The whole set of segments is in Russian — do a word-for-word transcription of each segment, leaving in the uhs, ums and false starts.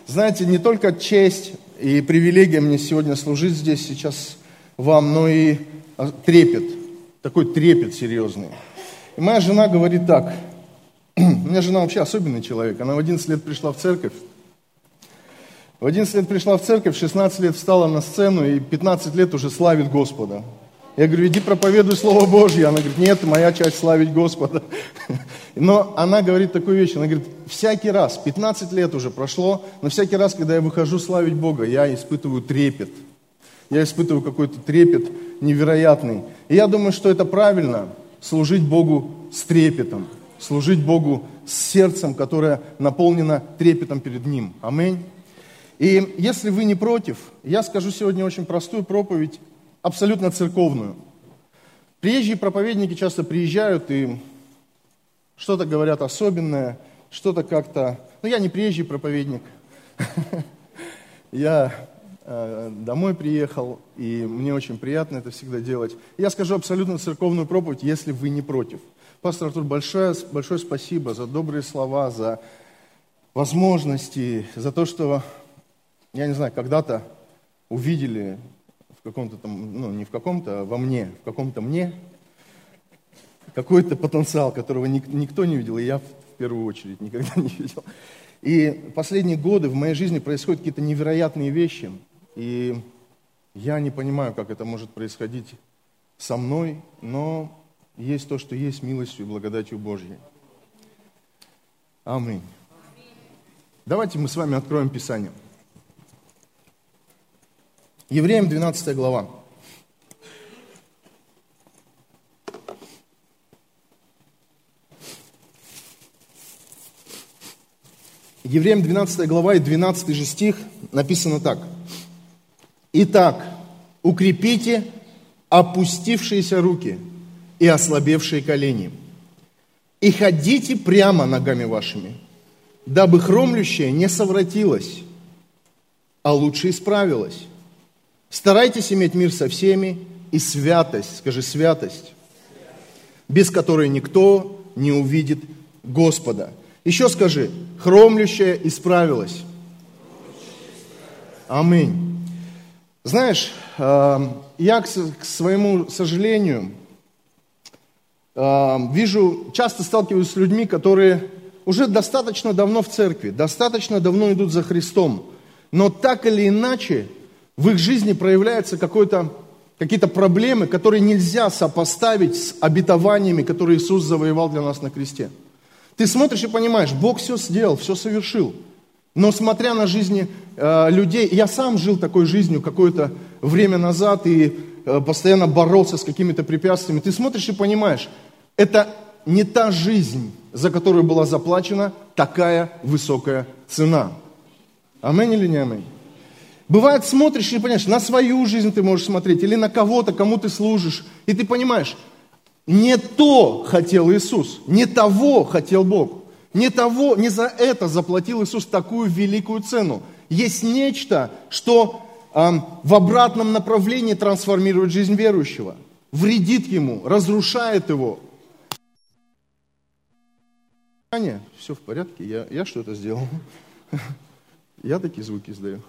Знаете, не только честь и привилегия мне сегодня служить здесь сейчас вам, но и трепет, такой трепет серьезный. И моя жена говорит так, у меня жена вообще особенный человек, она в одиннадцать лет пришла в церковь, в одиннадцать лет пришла в церковь, в шестнадцать лет встала на сцену и пятнадцать лет уже славит Господа. Я говорю, иди проповедуй Слово Божье. Она говорит, нет, моя часть славить Господа. Но она говорит такую вещь, она говорит, всякий раз, пятнадцать лет уже прошло, но всякий раз, когда я выхожу славить Бога, я испытываю трепет. Я испытываю какой-то трепет невероятный. И я думаю, что это правильно, служить Богу с трепетом, служить Богу с сердцем, которое наполнено трепетом перед Ним. Аминь. И если вы не против, я скажу сегодня очень простую проповедь, абсолютно церковную. Приезжие проповедники часто приезжают и что-то говорят особенное, что-то как-то... Ну, я не приезжий проповедник. Я домой приехал, и мне очень приятно это всегда делать. Я скажу абсолютно церковную проповедь, если вы не против. Пастор Артур, большое, большое спасибо за добрые слова, за возможности, за то, что, я не знаю, когда-то увидели в каком-то там, ну не в каком-то, а во мне, в каком-то мне, какой-то потенциал, которого ник- никто не видел, и я в первую очередь никогда не видел. И последние годы в моей жизни происходят какие-то невероятные вещи, и я не понимаю, как это может происходить со мной, но есть то, что есть милостью и благодатью Божьей. Аминь. Давайте мы с вами откроем Писание. Евреям двенадцатая глава. Евреям двенадцатая глава и двенадцатый же стих написано так. «Итак, укрепите опустившиеся руки и ослабевшие колени, и ходите прямо ногами вашими, дабы хромлющее не совратилось, а лучше исправилось. Старайтесь иметь мир со всеми и святость, скажи святость, без которой никто не увидит Господа». Еще скажи, хромлющее исправилось. Аминь. Знаешь, я, к своему сожалению, вижу, часто сталкиваюсь с людьми, которые уже достаточно давно в церкви, достаточно давно идут за Христом, но так или иначе в их жизни проявляются какой-то, какие-то проблемы, которые нельзя сопоставить с обетованиями, которые Иисус завоевал для нас на кресте. Ты смотришь и понимаешь, Бог все сделал, все совершил. Но смотря на жизни э, людей, я сам жил такой жизнью какое-то время назад и э, постоянно боролся с какими-то препятствиями. Ты смотришь и понимаешь, это не та жизнь, за которую была заплачена такая высокая цена. Аминь или не аминь? Бывает, смотришь и понимаешь, на свою жизнь ты можешь смотреть, или на кого-то, кому ты служишь, и ты понимаешь, не то хотел Иисус, не того хотел Бог, не того, не за это заплатил Иисус такую великую цену. Есть нечто, что э, в обратном направлении трансформирует жизнь верующего, вредит ему, разрушает его. Аня, все в порядке, я, я что-то сделал. Я такие звуки издаю.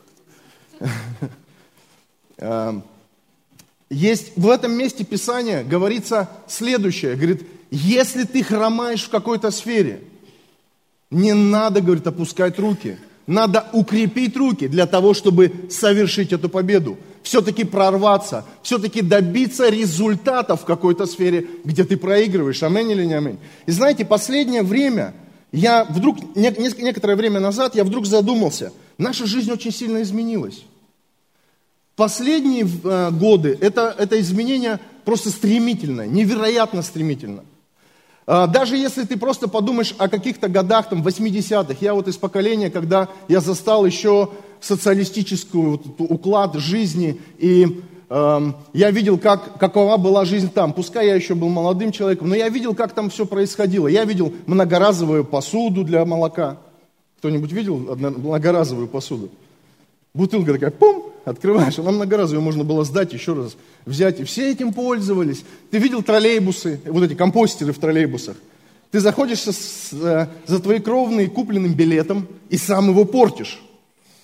Есть в этом месте Писания говорится следующее. Говорит, если ты хромаешь в какой-то сфере, не надо, говорит, опускать руки. Надо укрепить руки для того, чтобы совершить эту победу. Все-таки прорваться, все-таки добиться результата в какой-то сфере, где ты проигрываешь. Аминь или не аминь? И знаете, последнее время, я вдруг, некоторое время назад, я вдруг задумался, наша жизнь очень сильно изменилась. Последние э, годы это, это изменение просто стремительное, невероятно стремительно. Э, даже если ты просто подумаешь о каких-то годах, там, восьмидесятых, я вот из поколения, когда я застал еще социалистический вот, уклад жизни, и э, я видел, как, какова была жизнь там. Пускай я еще был молодым человеком, но я видел, как там все происходило. Я видел многоразовую посуду для молока. Кто-нибудь видел многоразовую посуду? Бутылка такая, пум, открываешь, она многоразовую, можно было сдать, еще раз взять. И все этим пользовались. Ты видел троллейбусы, вот эти компостеры в троллейбусах. Ты заходишь с, с, за твоей кровной купленным билетом и сам его портишь.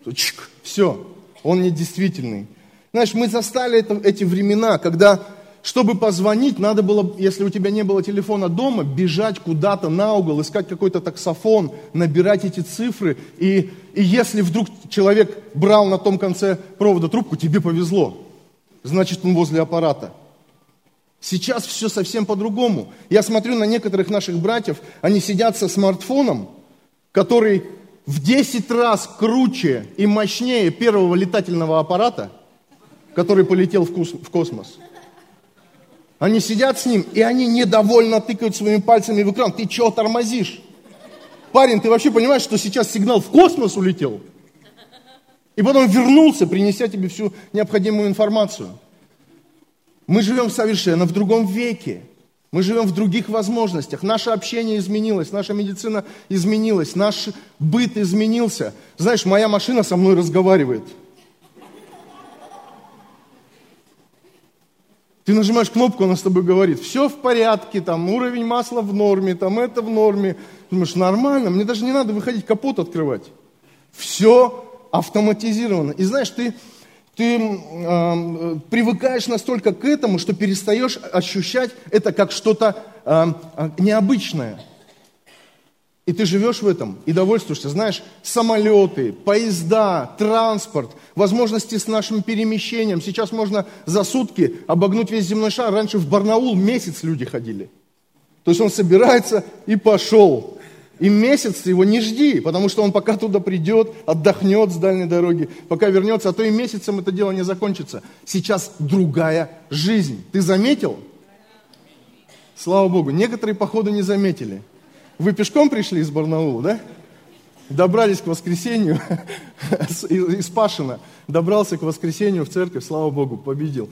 Чик, все, он недействительный. Знаешь, мы застали это, эти времена, когда, чтобы позвонить, надо было, если у тебя не было телефона дома, бежать куда-то на угол, искать какой-то таксофон, набирать эти цифры. И, и если вдруг человек брал на том конце провода трубку, тебе повезло. Значит, он возле аппарата. Сейчас все совсем по-другому. Я смотрю на некоторых наших братьев, они сидят со смартфоном, который в десять раз круче и мощнее первого летательного аппарата, который полетел в космос. Они сидят с ним, и они недовольно тыкают своими пальцами в экран. Ты чего тормозишь? Парень, ты вообще понимаешь, что сейчас сигнал в космос улетел? И потом вернулся, принеся тебе всю необходимую информацию. Мы живем совершенно в другом веке. Мы живем в других возможностях. Наше общение изменилось, наша медицина изменилась, наш быт изменился. Знаешь, моя машина со мной разговаривает. Ты нажимаешь кнопку, она с тобой говорит, все в порядке, там уровень масла в норме, там это в норме. Думаешь, нормально, мне даже не надо выходить, капот открывать. Все автоматизировано. И знаешь, ты, ты э, привыкаешь настолько к этому, что перестаешь ощущать это как что-то э, необычное. И ты живешь в этом и довольствуешься. Знаешь, самолеты, поезда, транспорт, возможности с нашим перемещением. Сейчас можно за сутки обогнуть весь земной шар. Раньше в Барнаул месяц люди ходили. То есть он собирается и пошел. И месяц его не жди, потому что он пока туда придет, отдохнет с дальней дороги, пока вернется, а то и месяцем это дело не закончится. Сейчас другая жизнь. Ты заметил? Слава Богу, некоторые, походу, не заметили. Вы пешком пришли из Барнаула, да? Добрались к воскресенью из Пашина, добрался к воскресенью в церковь, слава Богу, победил.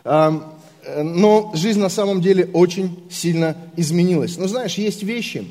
Но жизнь на самом деле очень сильно изменилась. Но знаешь, есть вещи,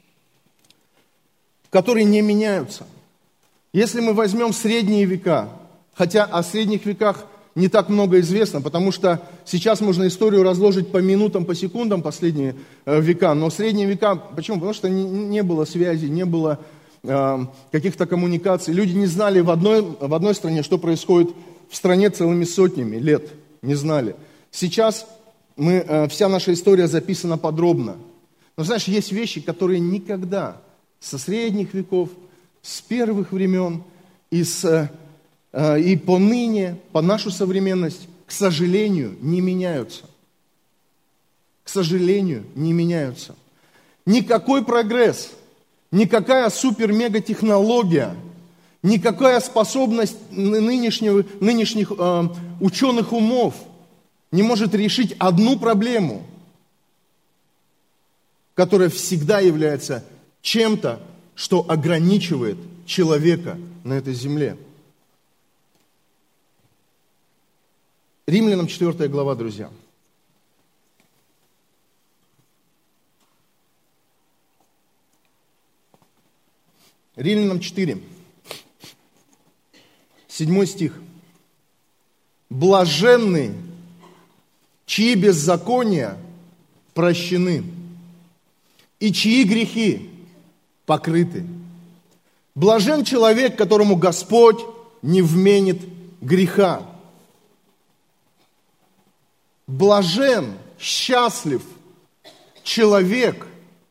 которые не меняются. Если мы возьмем средние века, хотя о средних веках не так много известно, потому что сейчас можно историю разложить по минутам, по секундам, последние э, века, но средние века, почему? Потому что не, не было связи, не было э, каких-то коммуникаций, люди не знали в одной, в одной стране, что происходит в стране целыми сотнями лет, не знали. Сейчас мы, э, вся наша история записана подробно. Но знаешь, есть вещи, которые никогда со средних веков, с первых времен и с... и поныне, по нашу современность, к сожалению, не меняются. К сожалению, не меняются. Никакой прогресс, никакая супер-мега-технология, никакая способность нынешнего, нынешних э, ученых умов не может решить одну проблему, которая всегда является чем-то, что ограничивает человека на этой земле. Римлянам четвёртая глава, друзья. Римлянам четыре, седьмой стих. Блаженны, чьи беззакония прощены, и чьи грехи покрыты. Блажен человек, которому Господь не вменит греха. Блажен, счастлив человек,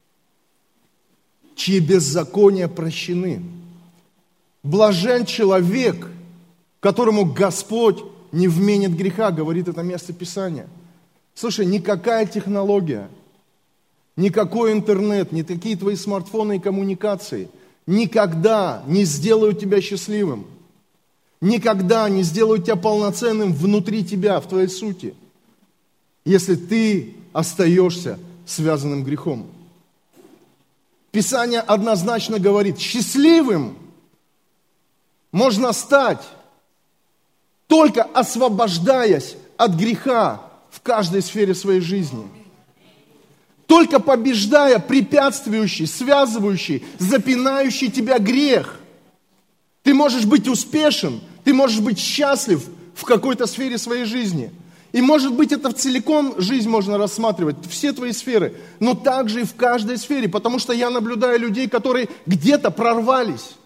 чьи беззакония прощены. Блажен человек, которому Господь не вменит греха, говорит это место Писания. Слушай, никакая технология, никакой интернет, никакие твои смартфоны и коммуникации никогда не сделают тебя счастливым, никогда не сделают тебя полноценным внутри тебя, в твоей сути, если ты остаешься связанным грехом. Писание однозначно говорит, счастливым можно стать, только освобождаясь от греха в каждой сфере своей жизни. Только побеждая препятствующий, связывающий, запинающий тебя грех. Ты можешь быть успешен, ты можешь быть счастлив в какой-то сфере своей жизни. И может быть это целиком жизнь можно рассматривать, все твои сферы, но также и в каждой сфере, потому что я наблюдаю людей, которые где-то прорвались,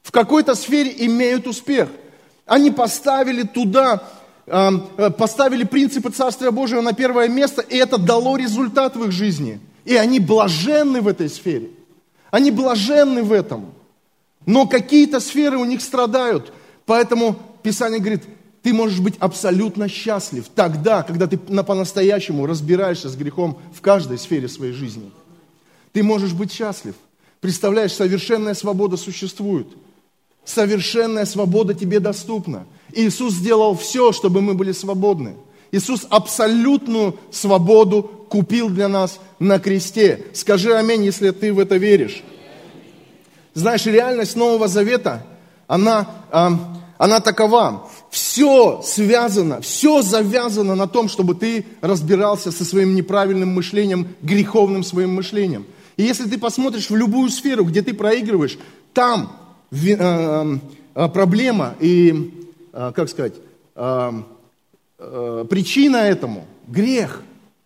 в какой-то сфере имеют успех. Они поставили туда, поставили принципы Царствия Божьего на первое место, и это дало результат в их жизни. И они блаженны в этой сфере. Они блаженны в этом. Но какие-то сферы у них страдают. Поэтому Писание говорит, ты можешь быть абсолютно счастлив тогда, когда ты по-настоящему разбираешься с грехом в каждой сфере своей жизни. Ты можешь быть счастлив. Представляешь, совершенная свобода существует. Совершенная свобода тебе доступна. Иисус сделал все, чтобы мы были свободны. Иисус абсолютную свободу купил для нас на кресте. Скажи аминь, если ты в это веришь. Знаешь, реальность Нового Завета, она, она такова. Все связано, все завязано на том, чтобы ты разбирался со своим неправильным мышлением, греховным своим мышлением. И если ты посмотришь в любую сферу, где ты проигрываешь, там проблема и, как сказать, причина этому – грех.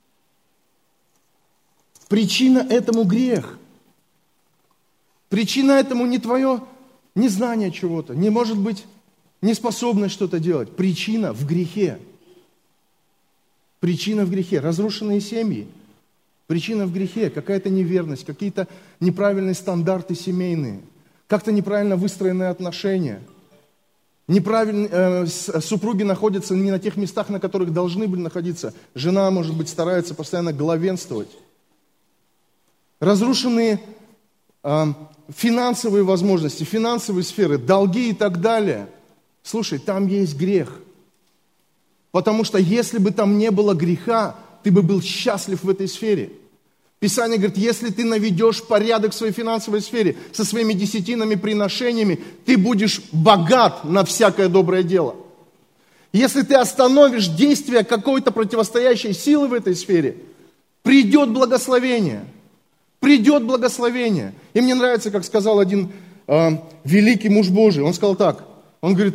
Причина этому – грех. Причина этому не твое незнание чего-то, не может быть неспособность что-то делать. Причина в грехе. Причина в грехе. Разрушенные семьи. Причина в грехе. Какая-то неверность, какие-то неправильные стандарты семейные. Как-то неправильно выстроенные отношения. Неправильно, э, супруги находятся не на тех местах, на которых должны были находиться. Жена, может быть, старается постоянно главенствовать. Разрушенные э, финансовые возможности, финансовые сферы, долги и так далее. Слушай, там есть грех. Потому что если бы там не было греха, ты бы был счастлив в этой сфере. Писание говорит, если ты наведешь порядок в своей финансовой сфере, со своими десятинами, приношениями, ты будешь богат на всякое доброе дело. Если ты остановишь действие какой-то противостоящей силы в этой сфере, придет благословение. Придет благословение. И мне нравится, как сказал один э, великий муж Божий. Он сказал так, он говорит,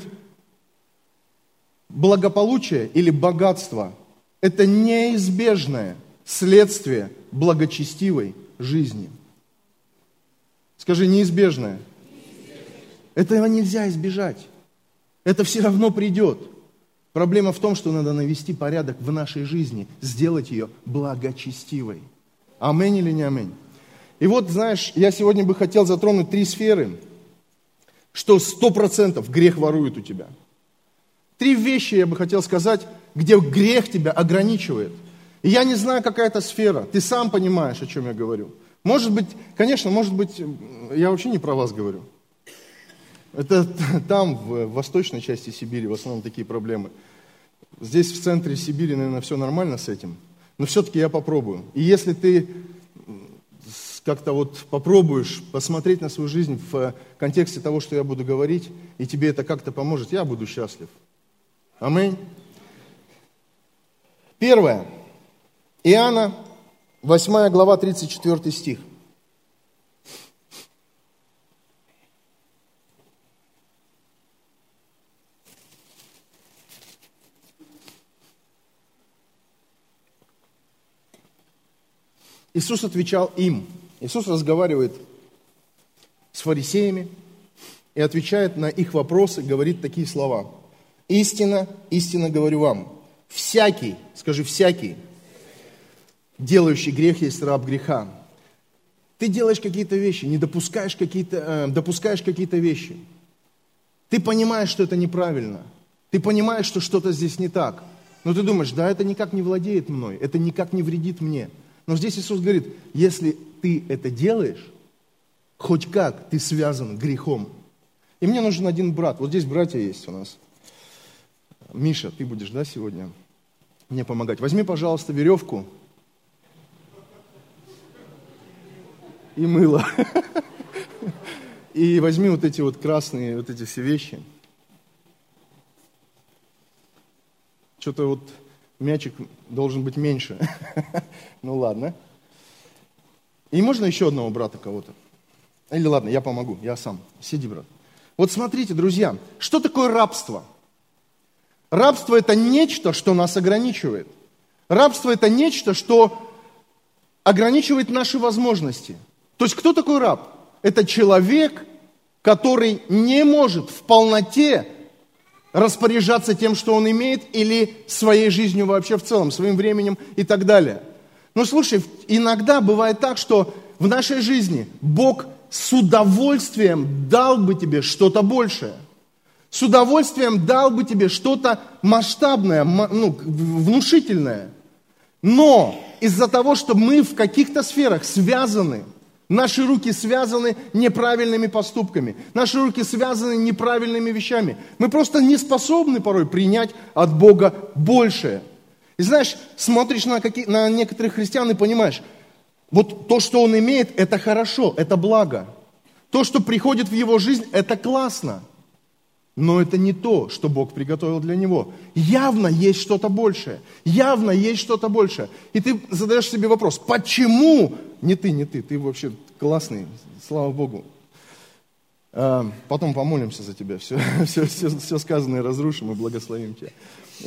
благополучие или богатство – это неизбежное следствие благочестивой жизни. Скажи, неизбежное. Этого нельзя избежать. Это все равно придет. Проблема в том, что надо навести порядок в нашей жизни, сделать ее благочестивой. Аминь или не аминь? И вот, знаешь, я сегодня бы хотел затронуть три сферы, что сто процентов грех ворует у тебя. Три вещи я бы хотел сказать, где грех тебя ограничивает. И я не знаю, какая это сфера. Ты сам понимаешь, о чем я говорю. Может быть, конечно, может быть, я вообще не про вас говорю. Это там, в восточной части Сибири, в основном такие проблемы. Здесь, в центре Сибири, наверное, все нормально с этим. Но все-таки я попробую. И если ты как-то вот попробуешь посмотреть на свою жизнь в контексте того, что я буду говорить, и тебе это как-то поможет, я буду счастлив. Аминь. Первое. Иоанна, восьмая глава, тридцать четвёртый стих. Иисус отвечал им. Иисус разговаривает с фарисеями и отвечает на их вопросы, говорит такие слова. Истина, истинно говорю вам, всякий, скажи всякий, делающий грех есть раб греха. Ты делаешь какие-то вещи, не допускаешь какие-то, э, допускаешь какие-то вещи. Ты понимаешь, что это неправильно. Ты понимаешь, что что-то здесь не так. Но ты думаешь, да, это никак не владеет мной, это никак не вредит мне. Но здесь Иисус говорит, если ты это делаешь, хоть как ты связан грехом. И мне нужен один брат. Вот здесь братья есть у нас. Миша, ты будешь, да, сегодня мне помогать? Возьми, пожалуйста, веревку и мыло. И возьми вот эти вот красные, вот эти все вещи. Что-то вот мячик должен быть меньше. Ну ладно. И можно еще одного брата кого-то? Или ладно, я помогу, я сам. Сиди, брат. Вот смотрите, друзья, что такое рабство? Рабство – это нечто, что нас ограничивает. Рабство – это нечто, что ограничивает наши возможности. То есть кто такой раб? Это человек, который не может в полноте распоряжаться тем, что он имеет, или своей жизнью вообще в целом, своим временем и так далее. Но слушай, иногда бывает так, что в нашей жизни Бог с удовольствием дал бы тебе что-то большее. С удовольствием дал бы тебе что-то масштабное, ну, внушительное. Но из-за того, что мы в каких-то сферах связаны, наши руки связаны неправильными поступками, наши руки связаны неправильными вещами, мы просто не способны порой принять от Бога большее. И знаешь, смотришь на, какие, на некоторых христиан и понимаешь, вот то, что он имеет, это хорошо, это благо. То, что приходит в его жизнь, это классно. Но это не то, что Бог приготовил для него. Явно есть что-то большее. Явно есть что-то большее. И ты задаешь себе вопрос, почему? Не ты, не ты, ты вообще классный, слава Богу. А, потом помолимся за тебя. Все, все, все, все сказанное разрушим и благословим тебя.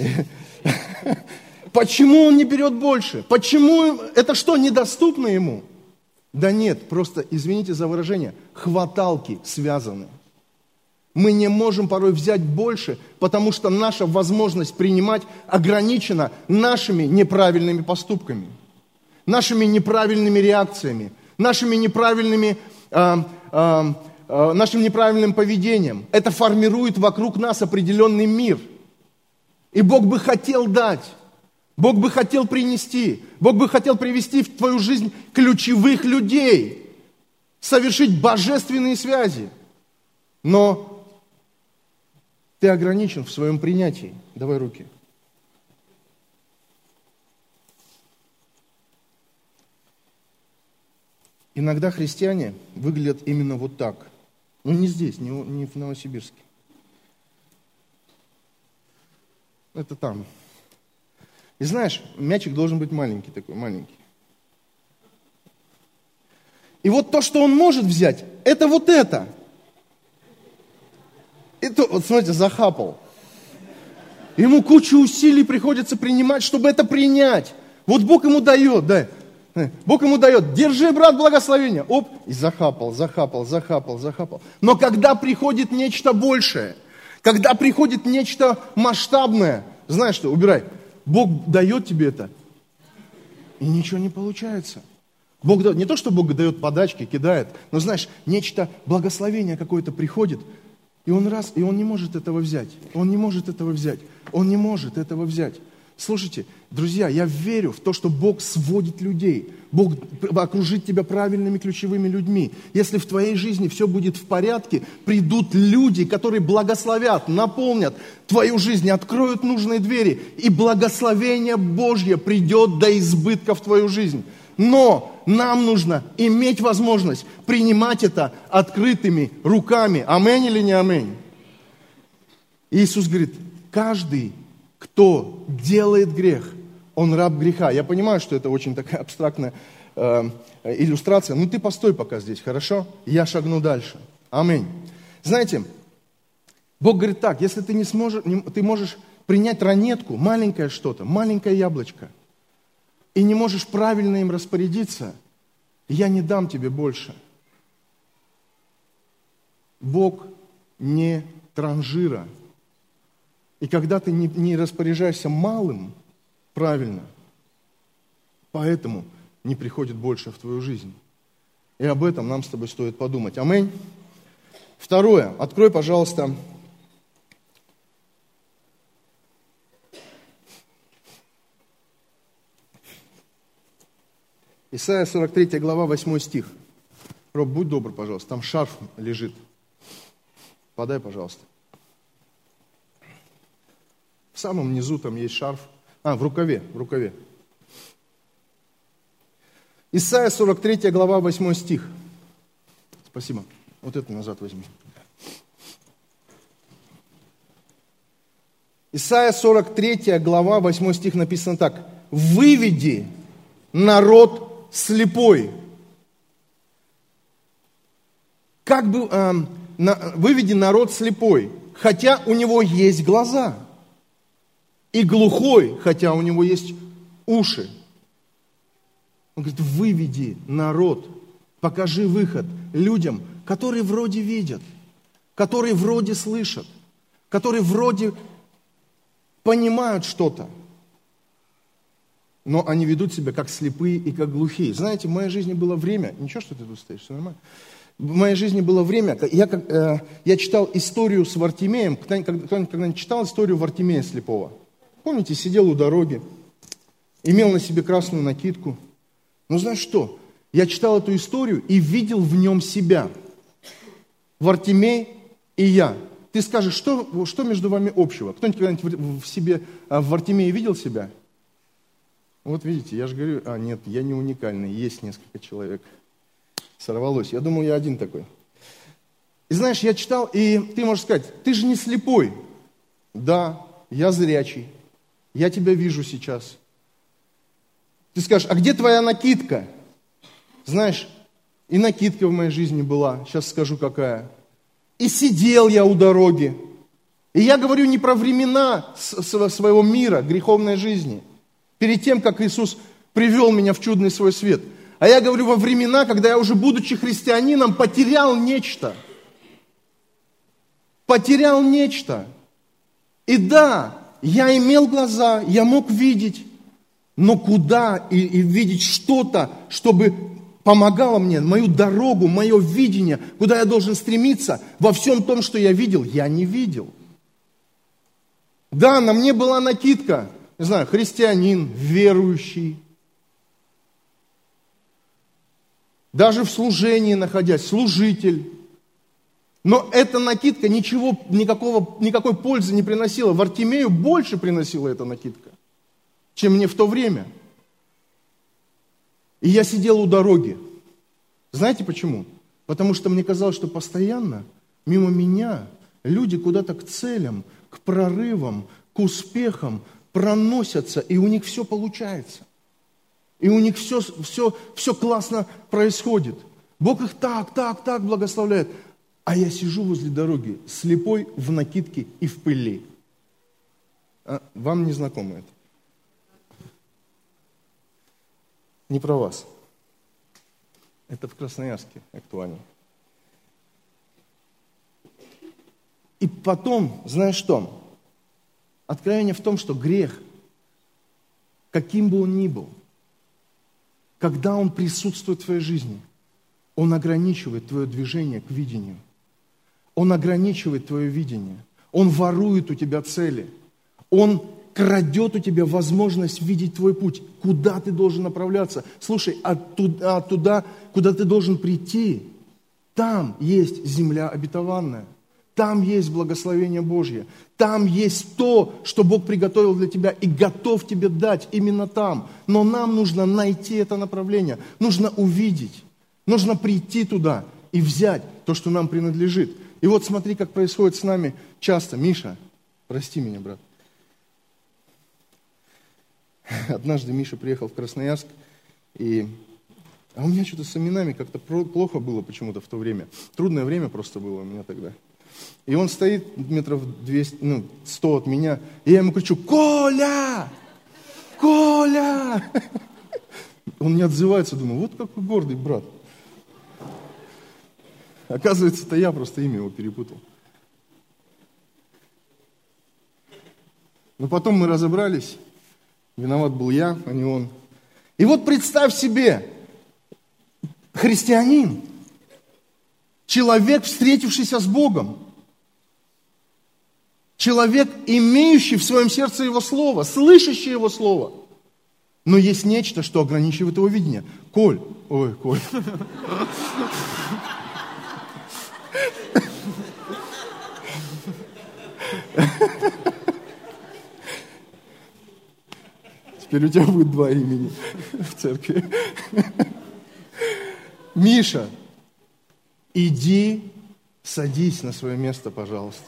Почему он не берет больше? Почему? Это что, недоступно ему? Да нет, просто, извините за выражение, хваталки связаны. Мы не можем порой взять больше, потому что наша возможность принимать ограничена нашими неправильными поступками, нашими неправильными реакциями, нашими неправильными, э, э, э, нашим неправильным поведением. Это формирует вокруг нас определенный мир. И Бог бы хотел дать, Бог бы хотел принести, Бог бы хотел привести в твою жизнь ключевых людей, совершить божественные связи. Но ты ограничен в своем принятии. Давай руки. Иногда христиане выглядят именно вот так. Ну, не здесь, не, не в Новосибирске. Это там. И знаешь, мячик должен быть маленький такой, маленький. И вот то, что он может взять, это вот это. Это, вот смотрите, захапал. Ему кучу усилий приходится принимать, чтобы это принять. Вот Бог ему дает, да. Бог ему дает, держи, брат, благословение. Оп, и захапал, захапал, захапал, захапал. Но когда приходит нечто большее, когда приходит нечто масштабное, знаешь что, убирай. Бог дает тебе это, и ничего не получается. Бог дает, не то, что Бог дает подачки, кидает, но знаешь, нечто, благословение какое-то приходит, и он раз, и он не может этого взять. Он не может этого взять. Он не может этого взять. Слушайте, друзья, я верю в то, что Бог сводит людей. Бог окружит тебя правильными ключевыми людьми. Если в твоей жизни все будет в порядке, придут люди, которые благословят, наполнят твою жизнь, откроют нужные двери, и благословение Божье придет до избытка в твою жизнь. Но нам нужно иметь возможность принимать это открытыми руками. Аминь или не аминь? Иисус говорит, каждый, кто делает грех, он раб греха. Я понимаю, что это очень такая абстрактная э, иллюстрация, но ты постой пока здесь, хорошо? Я шагну дальше. Аминь. Знаете, Бог говорит так, если ты не сможешь, не, ты можешь принять ранетку, маленькое что-то, маленькое яблочко, и не можешь правильно им распорядиться, я не дам тебе больше. Бог не транжира. И когда ты не, не распоряжаешься малым правильно, поэтому не приходит больше в твою жизнь. И об этом нам с тобой стоит подумать. Аминь. Второе. Открой, пожалуйста, Исайя сорок третья глава, восьмой стих. Роб, будь добр, пожалуйста, там шарф лежит. Подай, пожалуйста. В самом низу там есть шарф. А, в рукаве, в рукаве. Исайя сорок третья глава, восьмой стих. Спасибо. Вот это назад возьми. Исайя сорок третья глава, восьмой стих написано так. «Выведи народ слепой». Как бы э, на, выведи народ слепой, хотя у него есть глаза, и глухой, хотя у него есть уши. Он говорит, выведи народ, покажи выход людям, которые вроде видят, которые вроде слышат, которые вроде понимают что-то, но они ведут себя как слепые и как глухие. Знаете, в моей жизни было время, ничего, что ты тут стоишь, все нормально? В моей жизни было время, я, как, э, я читал историю с Вартимеем. Кто-нибудь когда-нибудь читал историю Вартимея слепого? Помните, сидел у дороги, имел на себе красную накидку. Но знаешь что? Я читал эту историю и видел в нем себя. Вартимей и я. Ты скажешь, что, что между вами общего? Кто-нибудь когда-нибудь в себе, в Вартимее видел себя? Вот видите, я же говорю, а нет, я не уникальный, есть несколько человек. Сорвалось. Я думал, я один такой. И знаешь, я читал, и ты можешь сказать, ты же не слепой. Да, я зрячий. Я тебя вижу сейчас. Ты скажешь, а где твоя накидка? Знаешь, и накидка в моей жизни была, сейчас скажу какая. И сидел я у дороги. И я говорю не про времена своего мира, греховной жизни. Перед тем, как Иисус привел меня в чудный свой свет. А я говорю во времена, когда я уже, будучи христианином, потерял нечто. Потерял нечто. И да, я имел глаза, я мог видеть, но куда и, и видеть что-то, чтобы помогало мне, мою дорогу, мое видение, куда я должен стремиться, во всем том, что я видел, я не видел. Да, на мне была накидка, не знаю, христианин, верующий. Даже в служении находясь, служитель. Но эта накидка ничего, никакого, никакой пользы не приносила. Вартимею больше приносила эта накидка, чем мне в то время. И я сидел у дороги. Знаете почему? Потому что мне казалось, что постоянно мимо меня люди куда-то к целям, к прорывам, к успехам проносятся, и у них все получается. И у них все, все, все классно происходит. Бог их так, так, так благословляет. А я сижу возле дороги, слепой, в накидке и в пыли. А вам не знакомо это? Не про вас. Это в Красноярске актуально. И потом, знаешь что? Откровение в том, что грех, каким бы он ни был, когда он присутствует в твоей жизни, он ограничивает твое движение к видению. Он ограничивает твое видение. Он ворует у тебя цели. Он крадет у тебя возможность видеть твой путь. Куда ты должен направляться? Слушай, оттуда, оттуда, куда ты должен прийти, там есть земля обетованная. Там есть благословение Божье. Там есть то, что Бог приготовил для тебя и готов тебе дать именно там. Но нам нужно найти это направление. Нужно увидеть. Нужно прийти туда и взять то, что нам принадлежит. И вот смотри, как происходит с нами часто. Миша, прости меня, брат. Однажды Миша приехал в Красноярск, и... а у меня что-то с именами как-то плохо было почему-то в то время. Трудное время просто было у меня тогда. И он стоит метров двести, ну, сто от меня, и я ему кричу: «Коля! Коля!» Он не отзывается, думаю, вот какой гордый брат. Оказывается, это я просто имя его перепутал. Но потом мы разобрались, виноват был я, а не он. И вот представь себе, христианин, человек, встретившийся с Богом, человек, имеющий в своем сердце Его Слово, слышащий Его Слово. Но есть нечто, что ограничивает его видение. Коль, ой, Коль. Теперь у тебя будет два имени в церкви. Миша, иди, садись на свое место, пожалуйста.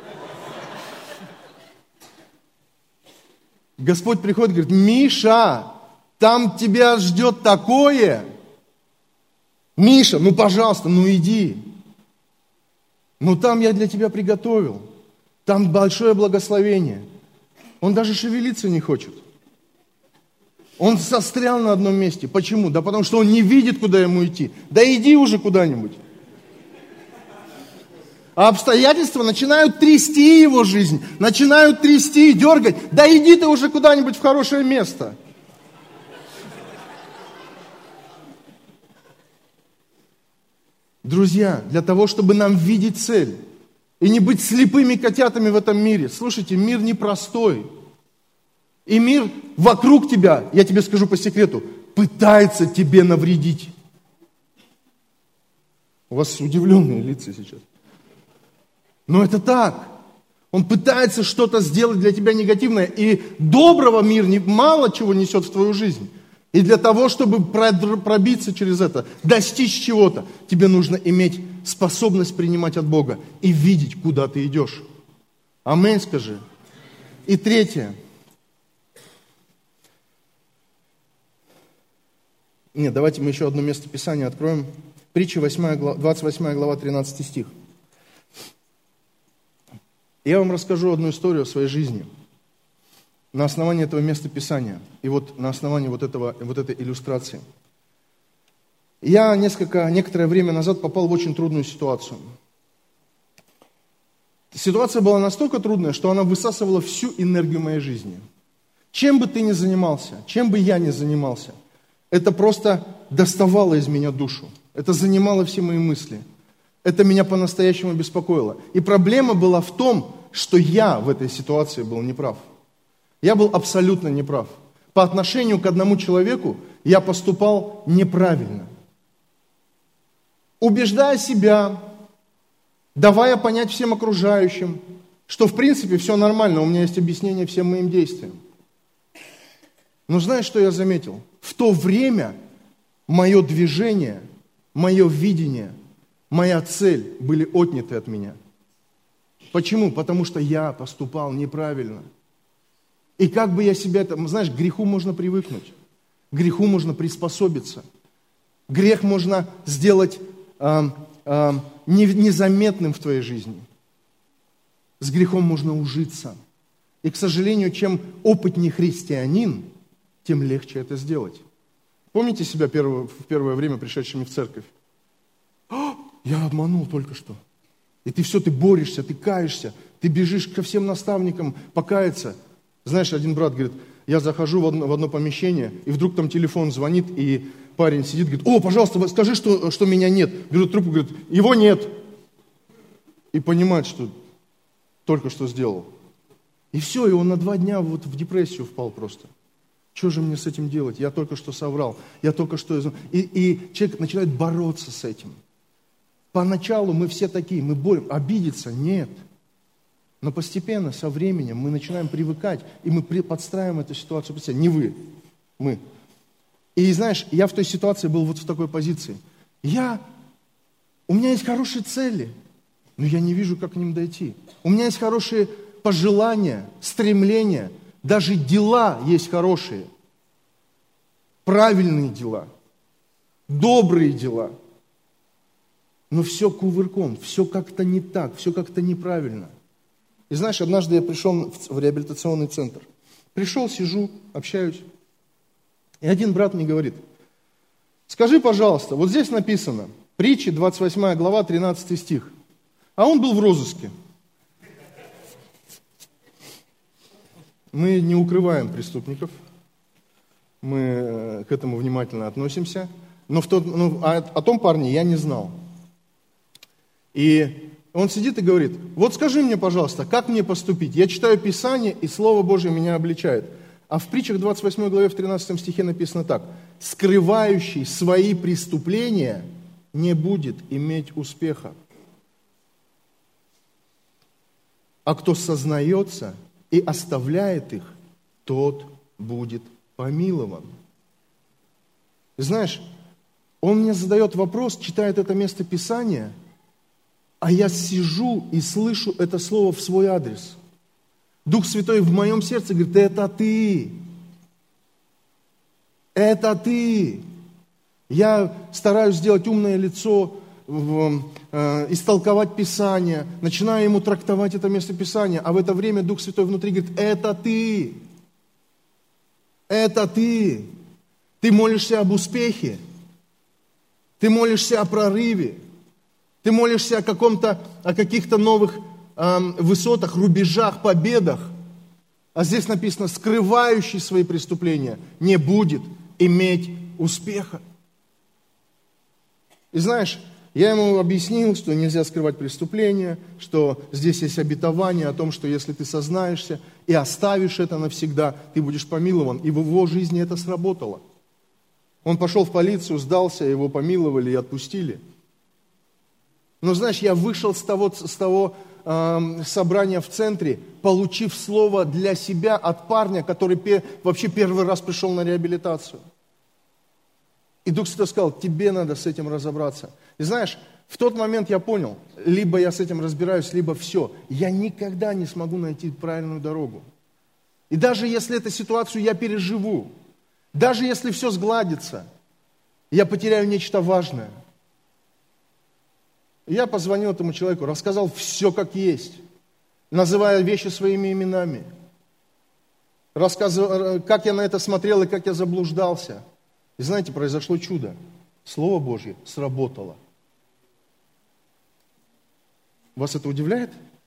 Господь приходит и говорит: Миша, там тебя ждет такое. Миша, ну пожалуйста, ну иди. Ну там я для тебя приготовил. Там большое благословение. Он даже шевелиться не хочет. Он застрял на одном месте. Почему? Да потому что он не видит, куда ему идти. Да иди уже куда-нибудь. А обстоятельства начинают трясти его жизнь, начинают трясти, дергать. Да иди ты уже куда-нибудь в хорошее место. Друзья, для того, чтобы нам видеть цель и не быть слепыми котятами в этом мире. Слушайте, мир непростой. И мир вокруг тебя, я тебе скажу по секрету, пытается тебе навредить. У вас удивленные лица сейчас. Но это так. Он пытается что-то сделать для тебя негативное. И доброго мир не, мало чего несет в твою жизнь. И для того, чтобы пробиться через это, достичь чего-то, тебе нужно иметь способность принимать от Бога и видеть, куда ты идешь. Аминь, скажи. И третье. Нет, давайте мы еще одно место Писания откроем. Притча двадцать восьмая глава, тринадцатый стих. Я вам расскажу одну историю о своей жизни на основании этого места Писания и вот на основании вот, этого, вот этой иллюстрации. Я несколько, некоторое время назад попал в очень трудную ситуацию. Ситуация была настолько трудная, что она высасывала всю энергию моей жизни. Чем бы ты ни занимался, чем бы я ни занимался, это просто доставало из меня душу. Это занимало все мои мысли. Это меня по-настоящему беспокоило. И проблема была в том, что я в этой ситуации был неправ. Я был абсолютно неправ. По отношению к одному человеку я поступал неправильно. Убеждая себя, давая понять всем окружающим, что в принципе все нормально, у меня есть объяснение всем моим действиям. Но знаешь, что я заметил? В то время мое движение, мое видение, моя цель были отняты от меня. Почему? Потому что я поступал неправильно. И как бы я себя... Знаешь, к греху можно привыкнуть. К греху можно приспособиться. Грех можно сделать э, э, незаметным в твоей жизни. С грехом можно ужиться. И, к сожалению, чем опытнее христианин, тем легче это сделать. Помните себя первое, в первое время пришедшими в церковь? «О, я обманул только что». И ты все, ты борешься, ты каешься, ты бежишь ко всем наставникам покаяться. Знаешь, один брат говорит, я захожу в одно, в одно помещение, и вдруг там телефон звонит, и парень сидит, говорит, о, пожалуйста, скажи, что, что меня нет. Берет трубку, говорит, его нет. И понимает, что только что сделал. И все, и он на два дня вот в депрессию впал просто. Что же мне с этим делать? Я только что соврал, я только что... И, и человек начинает бороться с этим. Поначалу мы все такие, мы боремся. Обидеться? Нет. Но постепенно, со временем, мы начинаем привыкать, и мы подстраиваем эту ситуацию под себя. Не вы, мы. И знаешь, я в той ситуации был вот в такой позиции. Я, у меня есть хорошие цели, но я не вижу, как к ним дойти. У меня есть хорошие пожелания, стремления, даже дела есть хорошие. Правильные дела, добрые дела. Но все кувырком, все как-то не так, все как-то неправильно. И знаешь, однажды я пришел в реабилитационный центр. Пришел, сижу, общаюсь. И один брат мне говорит, скажи, пожалуйста, вот здесь написано, притчи, двадцать восьмая глава, тринадцатый стих. А он был в розыске. Мы не укрываем преступников, мы к этому внимательно относимся. Но в тот, ну, о, о том парне я не знал. И он сидит и говорит, вот скажи мне, пожалуйста, как мне поступить? Я читаю Писание, и Слово Божие меня обличает. А в притчах двадцать восьмой главе в тринадцатом стихе написано так. Скрывающий свои преступления не будет иметь успеха. А кто сознается и оставляет их, тот будет помилован. Знаешь, он мне задает вопрос, читает это место Писания, а я сижу и слышу это слово в свой адрес. Дух Святой в моем сердце говорит, это ты. Это ты. Я стараюсь сделать умное лицо, э, истолковать Писание, начинаю ему трактовать это место Писания, а в это время Дух Святой внутри говорит, это ты. Это ты. Ты молишься об успехе. Ты молишься о прорыве. Ты молишься о, каком-то, о каких-то новых э, высотах, рубежах, победах. А здесь написано, скрывающий свои преступления не будет иметь успеха. И знаешь, я ему объяснил, что нельзя скрывать преступления, что здесь есть обетование о том, что если ты сознаешься и оставишь это навсегда, ты будешь помилован. И в его жизни это сработало. Он пошел в полицию, сдался, его помиловали и отпустили. Но знаешь, я вышел с того, с того э, собрания в центре, получив слово для себя от парня, который пе, вообще первый раз пришел на реабилитацию. И Дух Святой сказал, тебе надо с этим разобраться. И знаешь, в тот момент я понял, либо я с этим разбираюсь, либо все. Я никогда не смогу найти правильную дорогу. И даже если эту ситуацию я переживу, даже если все сгладится, я потеряю нечто важное. Я позвонил этому человеку, рассказал все как есть, называя вещи своими именами. Рассказывал, как я на это смотрел и как я заблуждался. И знаете, произошло чудо. Слово Божье сработало. Вас это удивляет?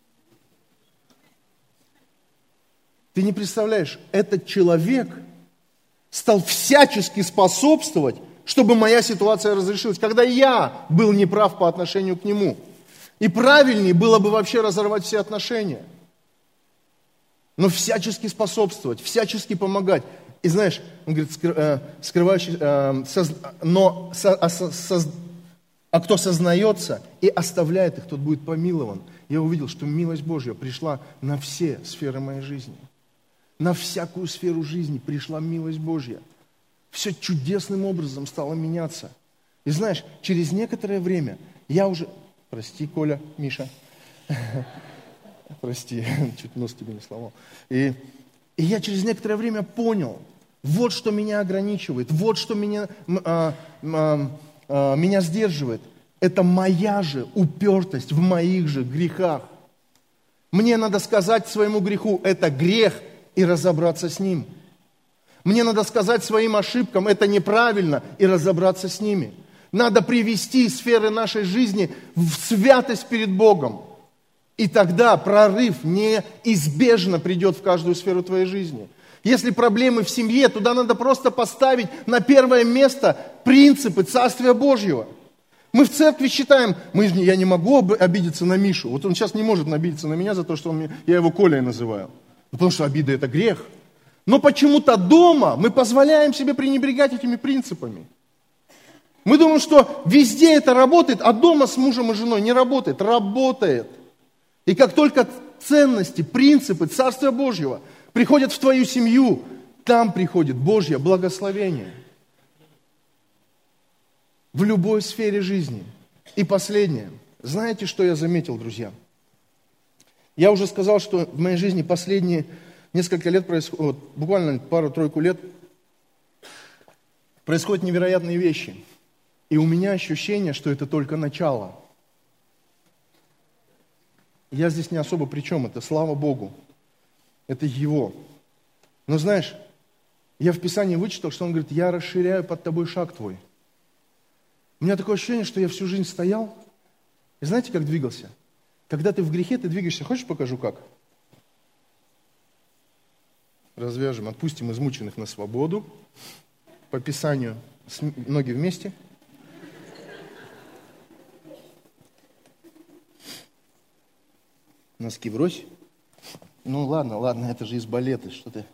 Ты не представляешь, этот человек стал всячески способствовать, чтобы моя ситуация разрешилась, когда я был неправ по отношению к нему. И правильнее было бы вообще разорвать все отношения. Но всячески способствовать, всячески помогать. И знаешь, он говорит, скрывающий, но, а кто сознается и оставляет их, тот будет помилован. Я увидел, что милость Божья пришла на все сферы моей жизни. На всякую сферу жизни пришла милость Божья. Все чудесным образом стало меняться. И знаешь, через некоторое время я уже... Прости, Коля, Миша. Прости, чуть нос тебе не сломал. И, и я через некоторое время понял, вот что меня ограничивает, вот что меня, а, а, а, меня сдерживает. Это моя же упертость в моих же грехах. Мне надо сказать своему греху, это грех, и разобраться с ним. Мне надо сказать своим ошибкам, это неправильно, и разобраться с ними. Надо привести сферы нашей жизни в святость перед Богом. И тогда прорыв неизбежно придет в каждую сферу твоей жизни. Если проблемы в семье, туда надо просто поставить на первое место принципы Царствия Божьего. Мы в церкви считаем, мы, я не могу обидеться на Мишу. Вот он сейчас не может обидеться на меня за то, что он, я его Колей называю. Потому что обида – это грех. Но почему-то дома мы позволяем себе пренебрегать этими принципами. Мы думаем, что везде это работает, а дома с мужем и женой не работает. Работает. И как только ценности, принципы Царствия Божьего приходят в твою семью, там приходит Божье благословение. В любой сфере жизни. И последнее. Знаете, что я заметил, друзья? Я уже сказал, что в моей жизни последние несколько лет, происходит, буквально пару-тройку лет, происходят невероятные вещи. И у меня ощущение, что это только начало. Я здесь не особо при чем, это слава Богу. Это Его. Но знаешь, я в Писании вычитал, что Он говорит, я расширяю под тобой шаг твой. У меня такое ощущение, что я всю жизнь стоял. И знаете, как двигался? Когда ты в грехе, ты двигаешься. Хочешь, покажу как? Развяжем, отпустим измученных на свободу. По Писанию ноги вместе. Носки врозь. Ну ладно, ладно, это же из балета, что ты.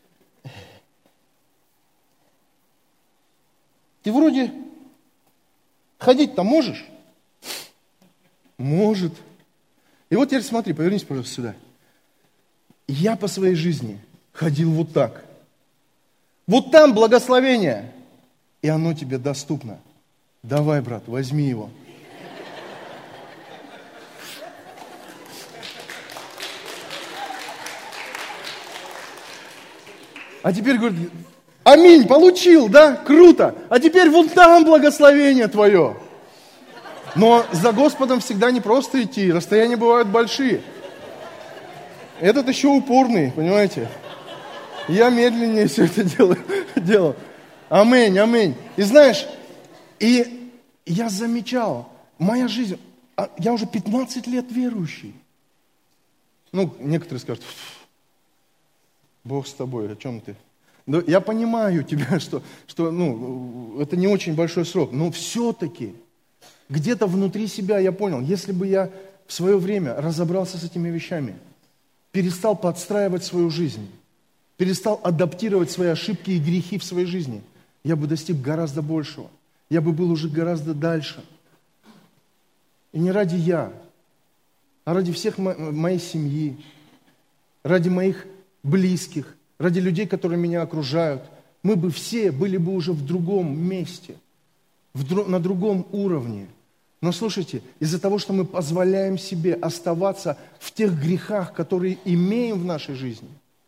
Ты вроде ходить-то можешь? Может. И вот теперь смотри, повернись, пожалуйста, сюда. Я по своей жизни ходил вот так. Вот там благословение, и оно тебе доступно. Давай, брат, возьми его. А теперь говорит, аминь, получил, да? Круто. А теперь вон там благословение твое. Но за Господом всегда не просто идти, расстояния бывают большие. Этот еще упорный, понимаете? Я медленнее все это делаю. делал. Аминь, аминь. И знаешь, и я замечал, моя жизнь, А я уже пятнадцать лет верующий. Ну, некоторые скажут, Бог с тобой, о чем ты? Но я понимаю тебя, что, что ну, это не очень большой срок, но все-таки где-то внутри себя я понял, если бы я в свое время разобрался с этими вещами, перестал подстраивать свою жизнь, перестал адаптировать свои ошибки и грехи в своей жизни, я бы достиг гораздо большего. Я бы был уже гораздо дальше. И не ради я, а ради всех мо- моей семьи, ради моих близких, ради людей, которые меня окружают. Мы бы все были бы уже в другом месте, в дру- на другом уровне. Но слушайте, из-за того, что мы позволяем себе оставаться в тех грехах, которые имеем в нашей жизни,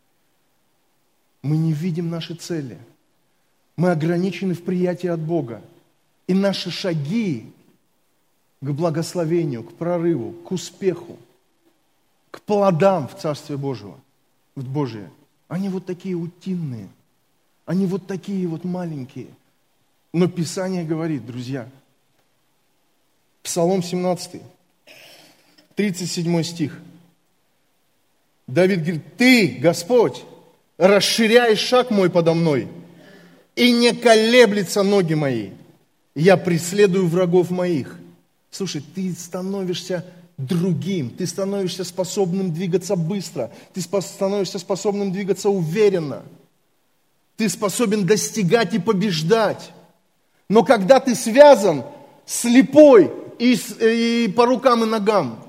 мы не видим наши цели. Мы ограничены в приятии от Бога. И наши шаги к благословению, к прорыву, к успеху, к плодам в Царстве Божьего, в Божие, они вот такие утиные, они вот такие вот маленькие. Но Писание говорит, друзья, Псалом семнадцатый, тридцать седьмой стих. Давид говорит, Ты, Господь, расширяешь шаг мой подо мной, и не колеблется ноги мои. Я преследую врагов моих. Слушай, ты становишься другим, ты становишься способным двигаться быстро, ты становишься способным двигаться уверенно, ты способен достигать и побеждать. Но когда ты связан слепой и, и по рукам и ногам,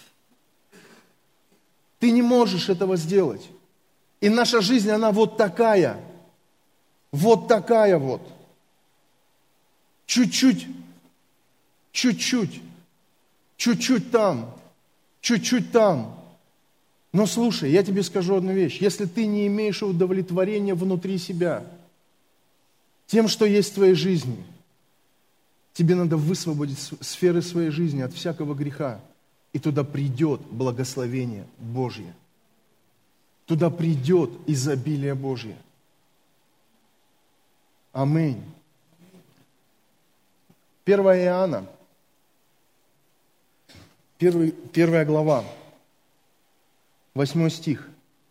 ты не можешь этого сделать. И наша жизнь, она вот такая, вот такая вот. Чуть-чуть, чуть-чуть, чуть-чуть там, чуть-чуть там. Но слушай, я тебе скажу одну вещь. Если ты не имеешь удовлетворения внутри себя тем, что есть в твоей жизни, тебе надо высвободить сферы своей жизни от всякого греха, и туда придет благословение Божье. Туда придет изобилие Божье. Аминь. первое Иоанна, первый, первая глава, восьмой стих.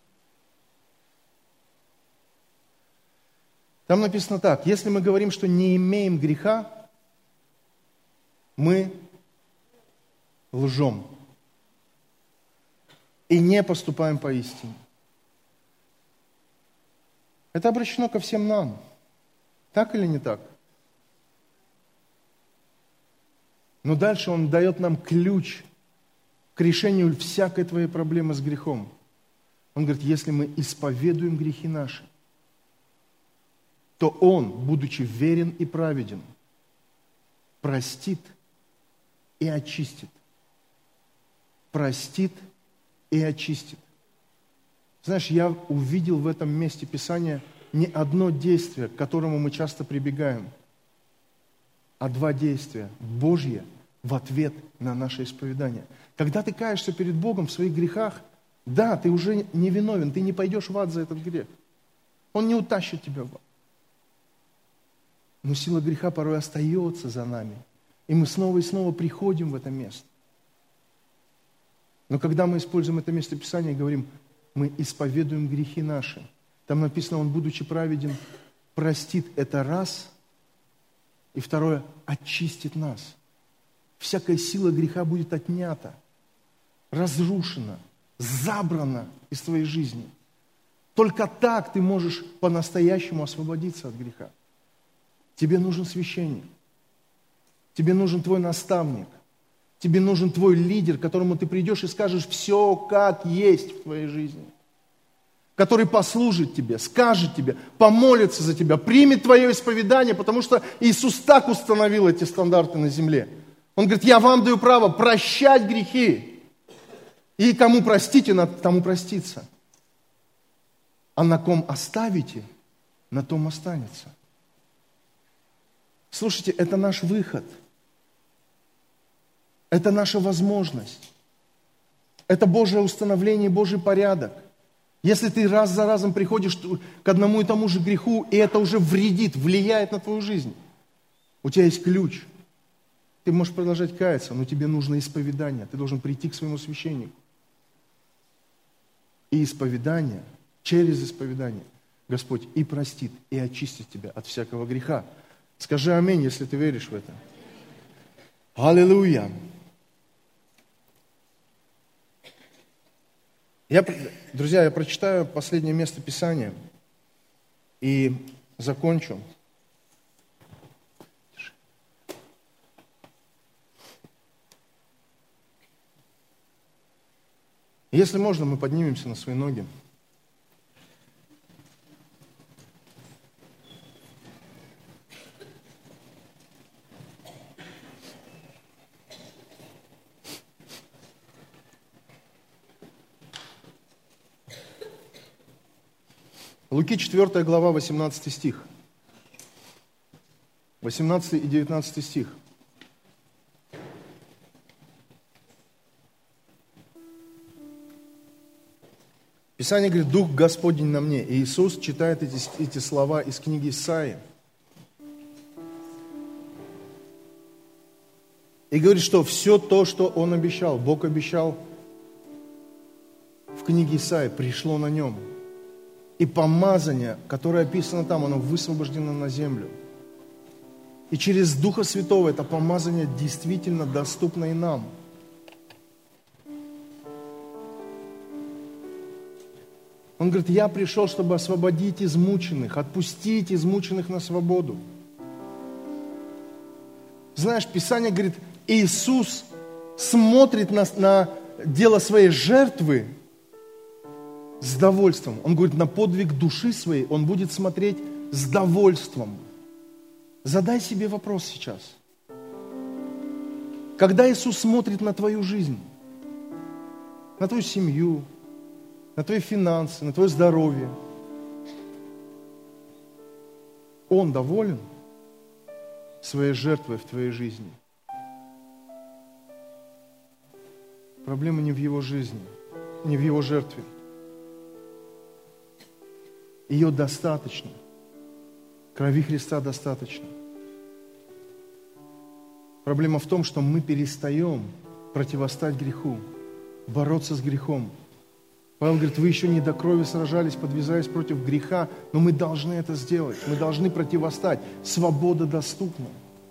Там написано так, если мы говорим, что не имеем греха, мы лжем и не поступаем поистине. Это обращено ко всем нам. Так или не так? Но дальше он дает нам ключ к решению всякой твоей проблемы с грехом. Он говорит, если мы исповедуем грехи наши, то Он, будучи верен и праведен, простит и очистит. Простит и очистит. Знаешь, я увидел в этом месте Писания не одно действие, к которому мы часто прибегаем, а два действия Божье в ответ на наше исповедание. Когда ты каешься перед Богом в своих грехах, да, ты уже не виновен, ты не пойдешь в ад за этот грех. Он не утащит тебя в ад. Но сила греха порой остается за нами, и мы снова и снова приходим в это место. Но когда мы используем это место Писания и говорим, мы исповедуем грехи наши, там написано, Он, будучи праведен, простит это раз, и второе, очистит нас. Всякая сила греха будет отнята, разрушена, забрана из твоей жизни. Только так ты можешь по-настоящему освободиться от греха. Тебе нужен священник, тебе нужен твой наставник, тебе нужен твой лидер, к которому ты придешь и скажешь все, как есть в твоей жизни. Который послужит тебе, скажет тебе, помолится за тебя, примет твое исповедание, потому что Иисус так установил эти стандарты на земле. Он говорит, я вам даю право прощать грехи. И кому простите, тому проститься. А на ком оставите, на том останется. Слушайте, это наш выход. Это наша возможность. Это Божье установление, Божий порядок. Если ты раз за разом приходишь к одному и тому же греху, и это уже вредит, влияет на твою жизнь, у тебя есть ключ. Ты можешь продолжать каяться, но тебе нужно исповедание. Ты должен прийти к своему священнику. И исповедание, через исповедание, Господь и простит, и очистит тебя от всякого греха. Скажи аминь, если ты веришь в это. Аллилуйя. Я, друзья, я прочитаю последнее место Писания и закончу. Если можно, мы поднимемся на свои ноги. Луки четвёртая глава, восемнадцатый стих. восемнадцатый и девятнадцатый стих. Писание говорит, Дух Господень на мне. И Иисус читает эти, эти слова из книги Исаии. И говорит, что все то, что Он обещал, Бог обещал в книге Исаии, пришло на Нем. И помазание, которое описано там, оно высвобождено на землю. И через Духа Святого это помазание действительно доступно и нам. Он говорит, я пришел, чтобы освободить измученных, отпустить измученных на свободу. Знаешь, Писание говорит, Иисус смотрит на, на дело своей жертвы с довольством. Он говорит, на подвиг души своей Он будет смотреть с довольством. Задай себе вопрос сейчас. Когда Иисус смотрит на твою жизнь, на твою семью, на твои финансы, на твое здоровье, Он доволен своей жертвой в твоей жизни? Проблема не в Его жизни, не в Его жертве. Ее достаточно. Крови Христа достаточно. Проблема в том, что мы перестаем противостать греху, бороться с грехом. Павел говорит, вы еще не до крови сражались, подвязаясь против греха, но мы должны это сделать. Мы должны противостать. Свобода доступна.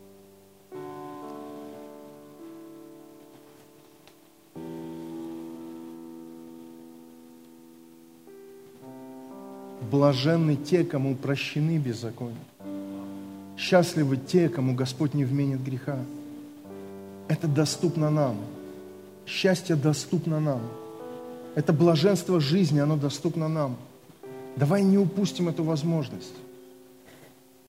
Блаженны те, кому прощены беззакония. Счастливы те, кому Господь не вменит греха. Это доступно нам. Счастье доступно нам. Это блаженство жизни, оно доступно нам. Давай не упустим эту возможность.